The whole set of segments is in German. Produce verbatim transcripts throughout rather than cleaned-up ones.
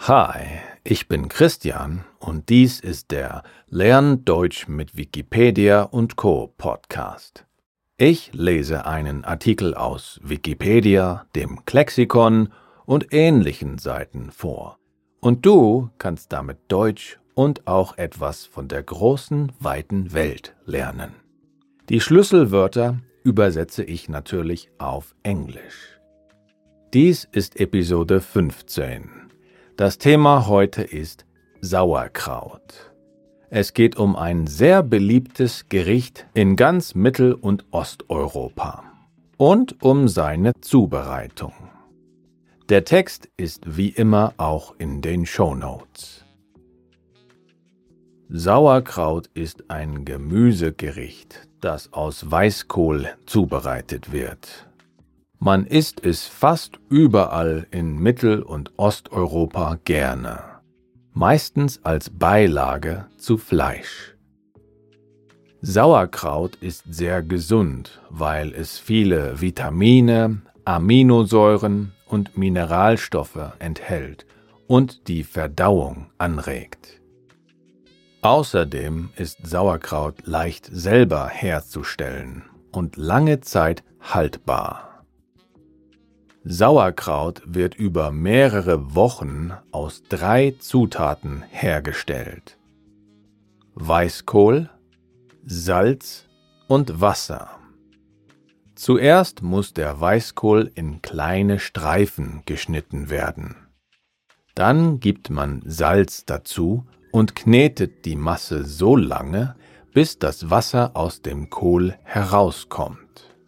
Hi, ich bin Christian und dies ist der Lern Deutsch mit Wikipedia und Co. Podcast. Ich lese einen Artikel aus Wikipedia, dem Lexikon und ähnlichen Seiten vor. Und du kannst damit Deutsch und auch etwas von der großen, weiten Welt lernen. Die Schlüsselwörter übersetze ich natürlich auf Englisch. Dies ist Episode fünfzehn. Das Thema heute ist Sauerkraut. Es geht um ein sehr beliebtes Gericht in ganz Mittel- und Osteuropa und um seine Zubereitung. Der Text ist wie immer auch in den Shownotes. Sauerkraut ist ein Gemüsegericht, das aus Weißkohl zubereitet wird. Man isst es fast überall in Mittel- und Osteuropa gerne, meistens als Beilage zu Fleisch. Sauerkraut ist sehr gesund, weil es viele Vitamine, Aminosäuren und Mineralstoffe enthält und die Verdauung anregt. Außerdem ist Sauerkraut leicht selber herzustellen und lange Zeit haltbar. Sauerkraut wird über mehrere Wochen aus drei Zutaten hergestellt: Weißkohl, Salz und Wasser. Zuerst muss der Weißkohl in kleine Streifen geschnitten werden. Dann gibt man Salz dazu und knetet die Masse so lange, bis das Wasser aus dem Kohl herauskommt.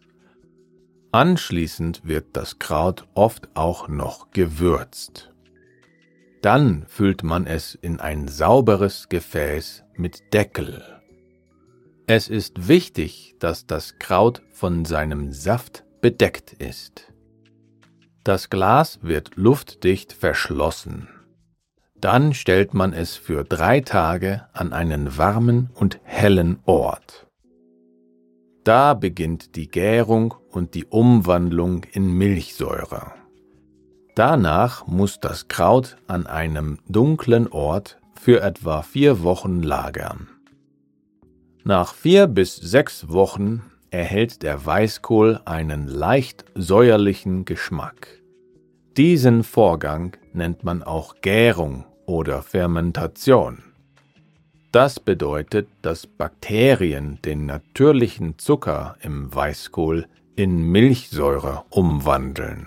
Anschließend wird das Kraut oft auch noch gewürzt. Dann füllt man es in ein sauberes Gefäß mit Deckel. Es ist wichtig, dass das Kraut von seinem Saft bedeckt ist. Das Glas wird luftdicht verschlossen. Dann stellt man es für drei Tage an einen warmen und hellen Ort. Da beginnt die Gärung und die Umwandlung in Milchsäure. Danach muss das Kraut an einem dunklen Ort für etwa vier Wochen lagern. Nach vier bis sechs Wochen erhält der Weißkohl einen leicht säuerlichen Geschmack. Diesen Vorgang nennt man auch Gärung oder Fermentation. Das bedeutet, dass Bakterien den natürlichen Zucker im Weißkohl in Milchsäure umwandeln.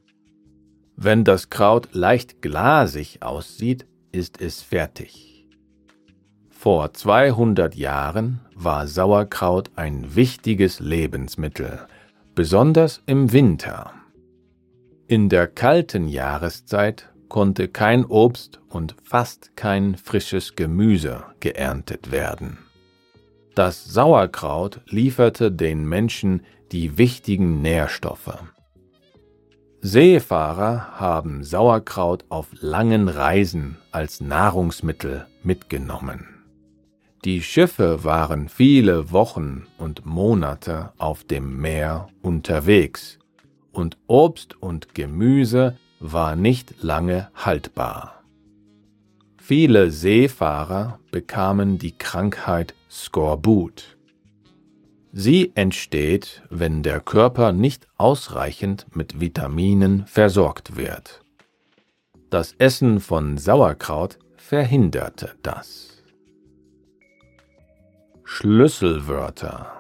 Wenn das Kraut leicht glasig aussieht, ist es fertig. Vor zweihundert Jahren war Sauerkraut ein wichtiges Lebensmittel, besonders im Winter. In der kalten Jahreszeit konnte kein Obst und fast kein frisches Gemüse geerntet werden. Das Sauerkraut lieferte den Menschen die wichtigen Nährstoffe. Seefahrer haben Sauerkraut auf langen Reisen als Nahrungsmittel mitgenommen. Die Schiffe waren viele Wochen und Monate auf dem Meer unterwegs und Obst und Gemüse war nicht lange haltbar. Viele Seefahrer bekamen die Krankheit Skorbut. Sie entsteht, wenn der Körper nicht ausreichend mit Vitaminen versorgt wird. Das Essen von Sauerkraut verhinderte das. Schlüsselwörter: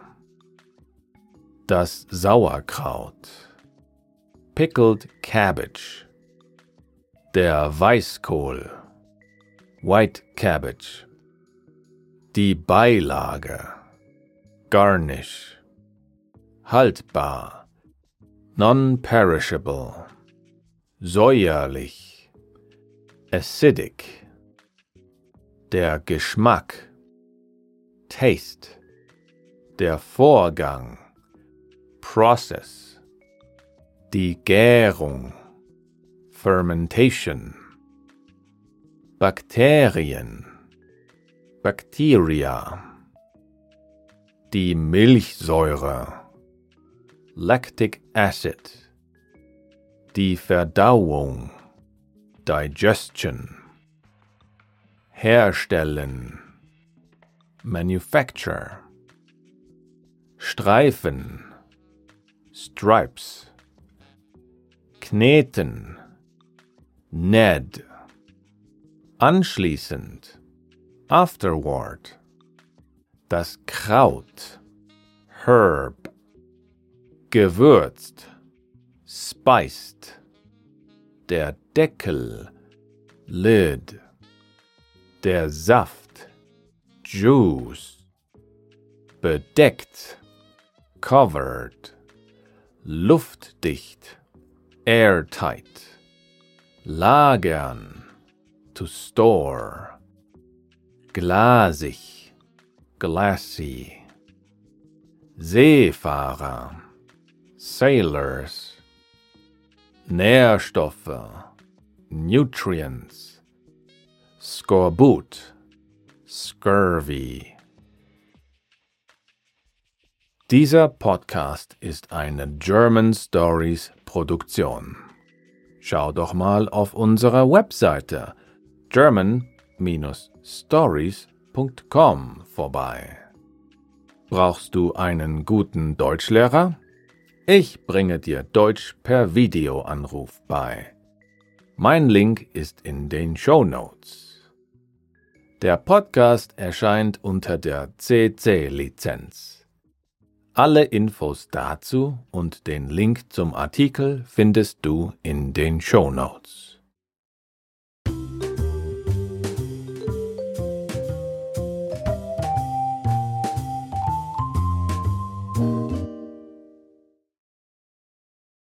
Das Sauerkraut, Pickled Cabbage, der Weißkohl, White Cabbage, die Beilage, Garnish, haltbar, non-perishable, säuerlich, acidic, der Geschmack, Taste, der Vorgang, Process, die Gärung, Fermentation, Bakterien, Bacteria, die Milchsäure, Lactic Acid, die Verdauung, Digestion, herstellen, manufacture, Streifen, stripes, kneten, Ned, anschließend, afterward, das Kraut, herb, gewürzt, spiced, der Deckel, lid, der Saft, juice, bedeckt, covered, luftdicht, airtight, lagern, to store, glasig, glassy, Seefahrer, sailors, Nährstoffe, nutrients, Skorbut, scurvy. Dieser Podcast ist eine German Stories Produktion. Schau doch mal auf unserer Webseite german Bindestrich stories Punkt com vorbei. Brauchst du einen guten Deutschlehrer? Ich bringe dir Deutsch per Videoanruf bei. Mein Link ist in den Shownotes. Der Podcast erscheint unter der C C-Lizenz. Alle Infos dazu und den Link zum Artikel findest du in den Shownotes.